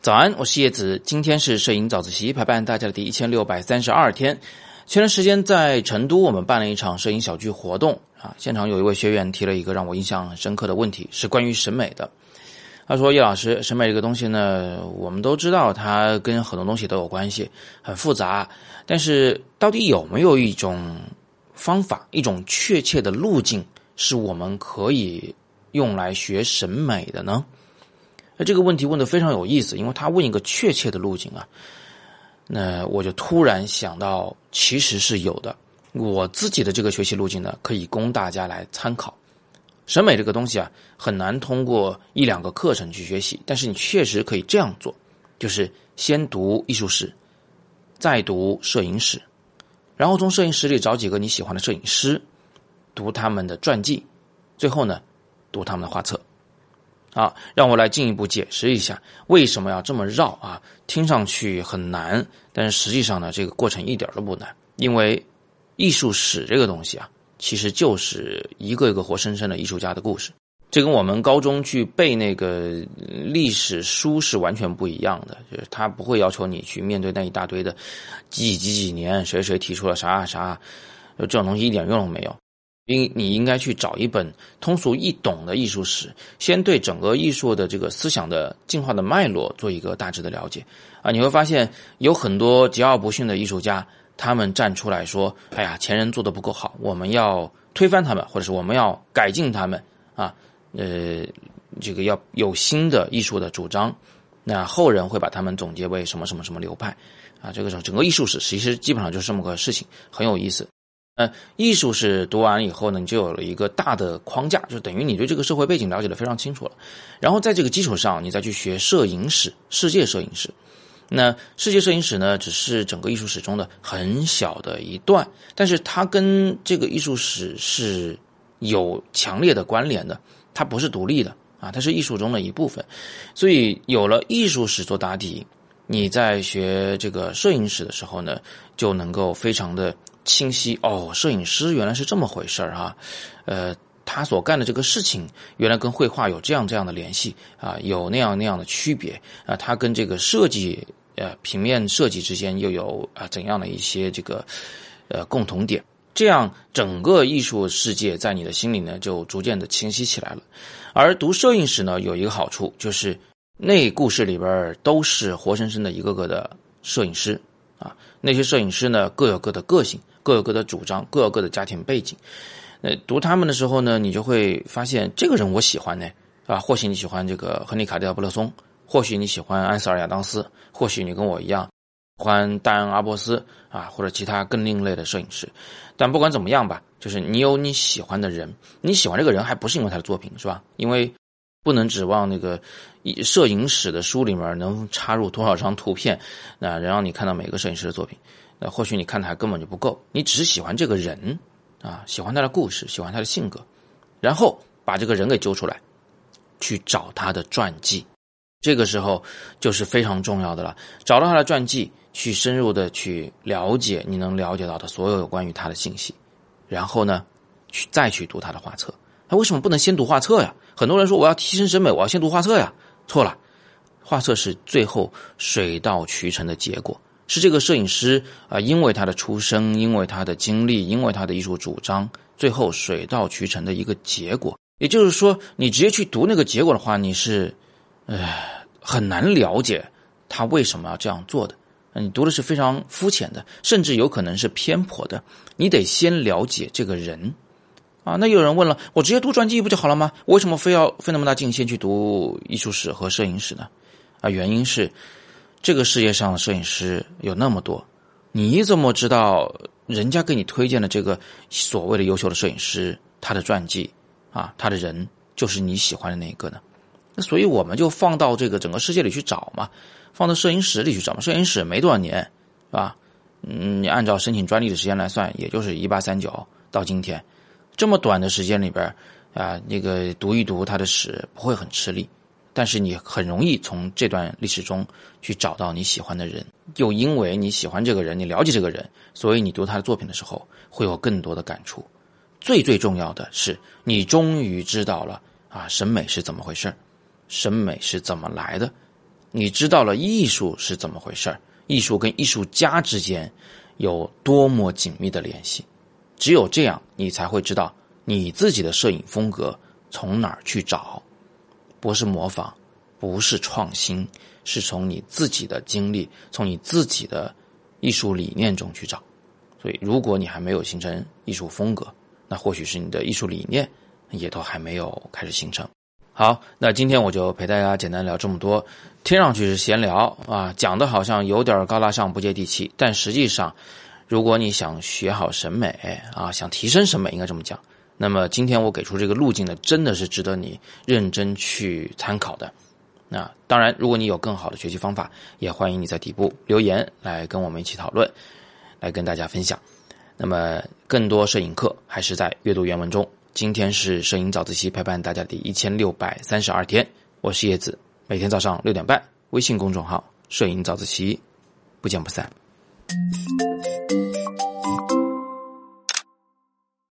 早安，我是叶子，今天是摄影早自习陪伴大家的第1632天。前段时间在成都，我们办了一场摄影小聚活动现场有一位学员提了一个让我印象很深刻的问题，是关于审美的。他说：叶老师，审美这个东西呢，我们都知道它跟很多东西都有关系，很复杂，但是到底有没有一种方法，一种确切的路径是我们可以用来学审美的呢？这个问题问得非常有意思，因为他问一个确切的路径那我就突然想到，其实是有的。我自己的这个学习路径呢，可以供大家来参考。审美这个东西很难通过一两个课程去学习，但是你确实可以这样做，就是先读艺术史，再读摄影史，然后从摄影史里找几个你喜欢的摄影师，读他们的传记，最后呢，读他们的画册。让我来进一步解释一下为什么要这么绕听上去很难，但是实际上呢，这个过程一点都不难。因为艺术史这个东西其实就是一个一个活生生的艺术家的故事，这跟我们高中去背那个历史书是完全不一样的。就是他不会要求你去面对那一大堆的几年谁提出了啥，这种东西一点用都没有。你应该去找一本通俗易懂的艺术史，先对整个艺术的这个思想的进化的脉络做一个大致的了解你会发现有很多桀骜不驯的艺术家，他们站出来说，前人做得不够好，我们要推翻他们，或者是我们要改进他们这个要有新的艺术的主张，那后人会把他们总结为什么流派这个整个艺术史其实基本上就是这么个事情，很有意思。艺术史读完以后呢，你就有了一个大的框架，就等于你对这个社会背景了解得非常清楚了。然后在这个基础上，你再去学摄影史，世界摄影史。那世界摄影史呢，只是整个艺术史中的很小的一段，但是它跟这个艺术史是有强烈的关联的，它不是独立的它是艺术中的一部分。所以有了艺术史做打底，你在学这个摄影史的时候呢，就能够非常的清晰摄影师原来是这么回事他所干的这个事情原来跟绘画有这样的联系有那样的区别他跟这个设计平面设计之间又有怎样的一些这个共同点，这样整个艺术世界在你的心里呢就逐渐的清晰起来了。而读摄影史呢有一个好处，就是那故事里边都是活生生的一个个的摄影师那些摄影师呢各有各的个性，各有各的主张，各有各的家庭背景。读他们的时候呢，你就会发现这个人我喜欢呢或许你喜欢这个亨利卡蒂尔布勒松，或许你喜欢安塞尔亚当斯，或许你跟我一样喜欢戴恩阿波斯或者其他更另类的摄影师。但不管怎么样吧，就是你有你喜欢的人，你喜欢这个人还不是因为他的作品，是吧？因为不能指望那个摄影史的书里面能插入多少张图片能让你看到每个摄影师的作品，那或许你看的还根本就不够，你只是喜欢这个人喜欢他的故事，喜欢他的性格，然后把这个人给揪出来，去找他的传记。这个时候就是非常重要的了，找到他的传记，去深入的去了解你能了解到的所有关于他的信息，然后呢再去读他的画册。为什么不能先读画册呀？很多人说我要提升审美，我要先读画册呀。错了，画册是最后水到渠成的结果，是这个摄影师因为他的出生，因为他的经历，因为他的艺术主张，最后水到渠成的一个结果。也就是说，你直接去读那个结果的话，你是很难了解他为什么要这样做的。你读的是非常肤浅的，甚至有可能是偏颇的。你得先了解这个人那有人问了，我直接读传记不就好了吗？为什么非那么大劲先去读艺术史和摄影史呢？原因是这个世界上的摄影师有那么多，你怎么知道人家给你推荐的这个所谓的优秀的摄影师，他的传记他的人就是你喜欢的那一个呢？那所以我们就放到这个整个世界里去找嘛，放到摄影史里去找嘛。摄影史没多少年是吧？你按照申请专利的时间来算，也就是1839到今天这么短的时间里边那个读一读他的史不会很吃力，但是你很容易从这段历史中去找到你喜欢的人，又因为你喜欢这个人，你了解这个人，所以你读他的作品的时候会有更多的感触。最重要的是，你终于知道了审美是怎么回事，审美是怎么来的你知道了艺术是怎么回事，艺术跟艺术家之间有多么紧密的联系。只有这样，你才会知道你自己的摄影风格从哪儿去找。不是模仿，不是创新，是从你自己的经历，从你自己的艺术理念中去找。所以如果你还没有形成艺术风格，那或许是你的艺术理念也都还没有开始形成。好，那今天我就陪大家简单聊这么多，听上去是闲聊啊，讲的好像有点高大上不接地气，但实际上如果你想学好审美啊，想提升审美应该这么讲，那么今天我给出这个路径呢，真的是值得你认真去参考的。那当然，如果你有更好的学习方法，也欢迎你在底部留言来跟我们一起讨论，来跟大家分享。那么更多摄影课还是在阅读原文中。今天是摄影早自习陪伴大家的第1632天，我是叶子，每天早上6点半，微信公众号摄影早自习，不见不散。